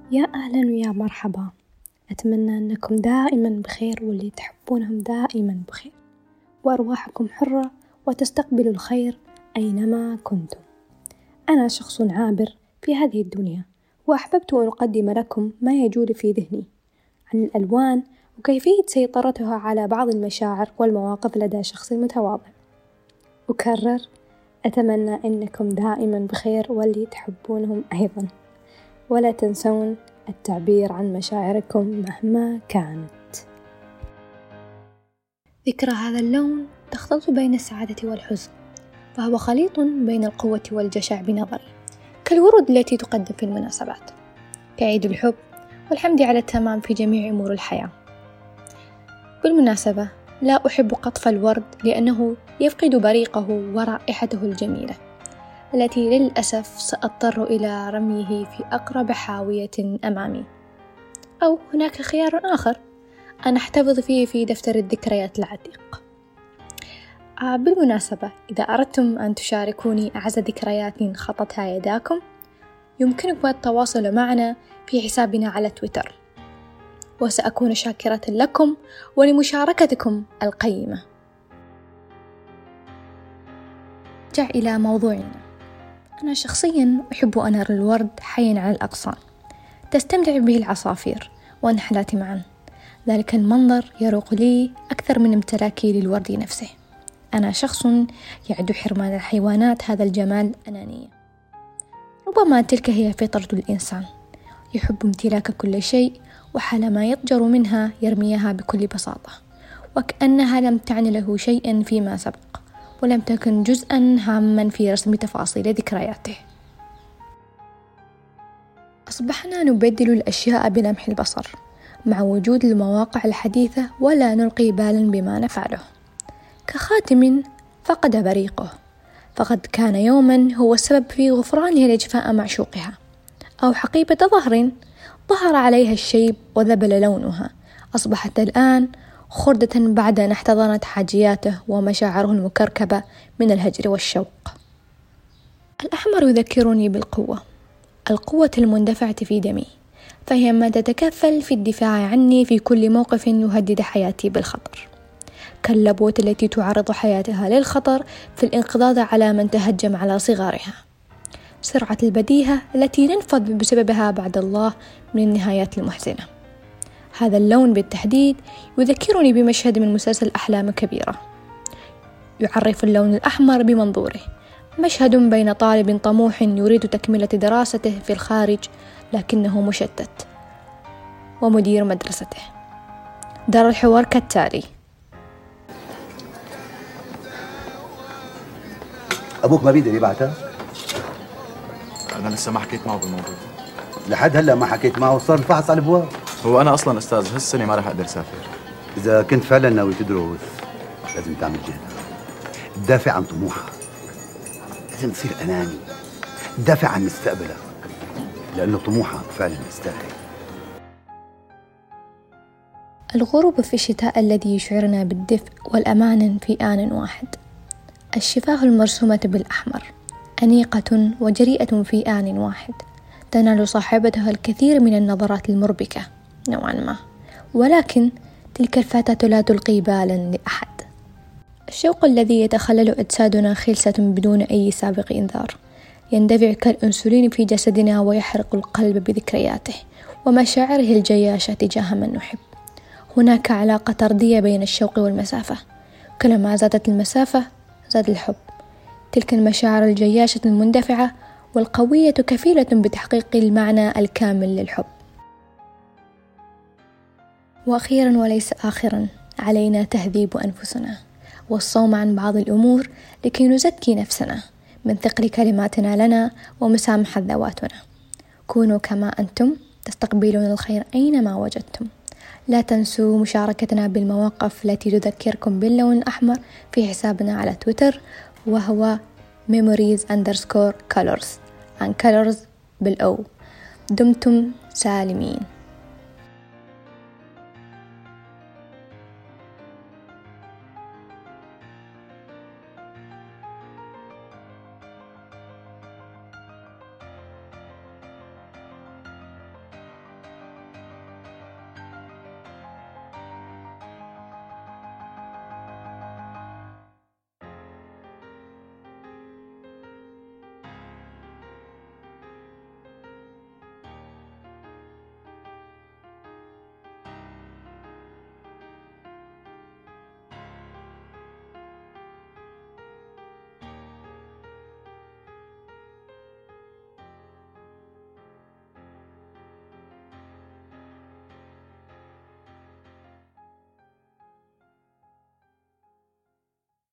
يا أهلا ويا مرحبا، أتمنى أنكم دائما بخير واللي تحبونهم دائما بخير، وأرواحكم حرة وتستقبلوا الخير أينما كنتم. أنا شخص عابر في هذه الدنيا، وأحببت أن أقدم لكم ما يجول في ذهني عن الألوان وكيفية سيطرتها على بعض المشاعر والمواقف لدى شخص متواضع. أكرر، أتمنى أنكم دائما بخير واللي تحبونهم أيضا، ولا تنسون التعبير عن مشاعركم مهما كانت. ذكرى هذا اللون تختلط بين السعادة والحزن، فهو خليط بين القوة والجشع بنظري، كالورود التي تقدم في المناسبات، كعيد الحب والحمد على التمام في جميع أمور الحياة. بالمناسبة، لا أحب قطف الورد لأنه يفقد بريقه ورائحته الجميلة، التي للأسف سأضطر إلى رميه في أقرب حاوية أمامي، أو هناك خيار آخر أنا أحتفظ فيه في دفتر الذكريات العتيق. بالمناسبة، إذا أردتم أن تشاركوني أعز ذكريات خطتها يداكم، يمكنكم التواصل معنا في حسابنا على تويتر، وسأكون شاكرة لكم ولمشاركتكم القيمة. نرجع إلى موضوعنا. أنا شخصياً أحب أن أرى الورد حياً على الأغصان، تستمتع به العصافير والنحلات معاً. ذلك المنظر يروق لي أكثر من امتلاكي للورد نفسه. أنا شخص يعد حرمان الحيوانات هذا الجمال أنانية. ربما تلك هي فطرة الإنسان، يحب امتلاك كل شيء، وحالما يضجر منها يرميها بكل بساطة، وكأنها لم تعني له شيئاً فيما سبق، ولم تكن جزءاً هاماً في رسم تفاصيل ذكرياته. أصبحنا نبدل الأشياء بلمح البصر مع وجود المواقع الحديثة، ولا نلقي بالاً بما نفعله. كخاتم فقد بريقه، فقد كان يوماً هو السبب في غفرانها لجفاء معشوقها، أو حقيبة ظهر ظهر عليها الشيب وذبل لونها، أصبحت الآن خردة بعد أن احتضنت حاجياته ومشاعره المكركبة من الهجر والشوق. الأحمر يذكرني بالقوة، القوة المندفعة في دمي، فهي ما تتكفل في الدفاع عني في كل موقف يهدد حياتي بالخطر، كاللبوة التي تعرض حياتها للخطر في الانقضاض على من تهجم على صغارها، سرعة البديهة التي ننفض بسببها بعد الله من النهايات المحزنة. هذا اللون بالتحديد يذكرني بمشهد من مسلسل أحلام كبيرة، يعرف اللون الأحمر بمنظوره، مشهد بين طالب طموح يريد تكملة دراسته في الخارج لكنه مشتت، ومدير مدرسته. دار الحوار كالتالي: أبوك ما بيقدر يبعتها؟ أنا لسه ما حكيت معه بالموضوع. لحد هلأ ما حكيت معه وصار الفحص على الأبواب. هو أنا أصلاً أستاذ هالسنة ما رح أقدر أسافر. إذا كنت فعلاً ناوي تدرس لازم تعمل جهدك، تدافع عن طموحك، لازم تصير أناني، تدافع عن مستقبلك، لأنه طموحك فعلاً يستاهل. الغروب في الشتاء الذي يشعرنا بالدفء والأمان في آن واحد، الشفاه المرسومة بالأحمر أنيقة وجريئة في آن واحد، تنال صاحبتها الكثير من النظرات المربكة نوعا ما، ولكن تلك الفتاة لا تلقي بالا لأحد. الشوق الذي يتخلل أجسادنا خلسة بدون أي سابق إنذار، يندفع كالأنسولين في جسدنا ويحرق القلب بذكرياته ومشاعره الجياشة تجاه من نحب. هناك علاقة طردية بين الشوق والمسافة، كلما زادت المسافة زاد الحب. تلك المشاعر الجياشة المندفعة والقوية كفيلة بتحقيق المعنى الكامل للحب. وأخيرا وليس آخرا، علينا تهذيب أنفسنا والصوم عن بعض الأمور لكي نزكي نفسنا من ثقل كلماتنا لنا ومسامحة ذواتنا. كونوا كما أنتم، تستقبلون الخير أينما وجدتم. لا تنسوا مشاركتنا بالمواقف التي تذكركم باللون الأحمر في حسابنا على تويتر، وهو memories_colors عن colors بالأو. دمتم سالمين.